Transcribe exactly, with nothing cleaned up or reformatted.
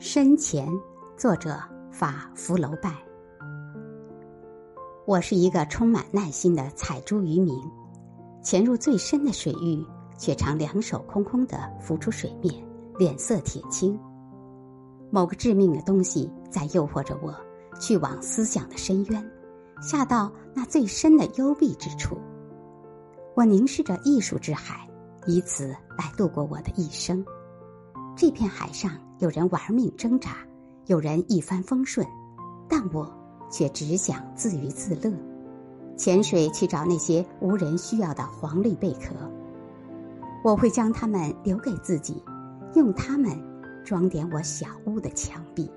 深潜，作者法福楼拜。我是一个充满耐心的采珠渔民，潜入最深的水域，却常两手空空地浮出水面，脸色铁青。某个致命的东西在诱惑着我，去往思想的深渊，下到那最深的幽闭之处。我凝视着艺术之海，以此来度过我的一生。这片海上有人玩命挣扎，有人一帆风顺，但我却只想自娱自乐，潜水去找那些无人需要的黄绿贝壳。我会将它们留给自己，用它们装点我小屋的墙壁。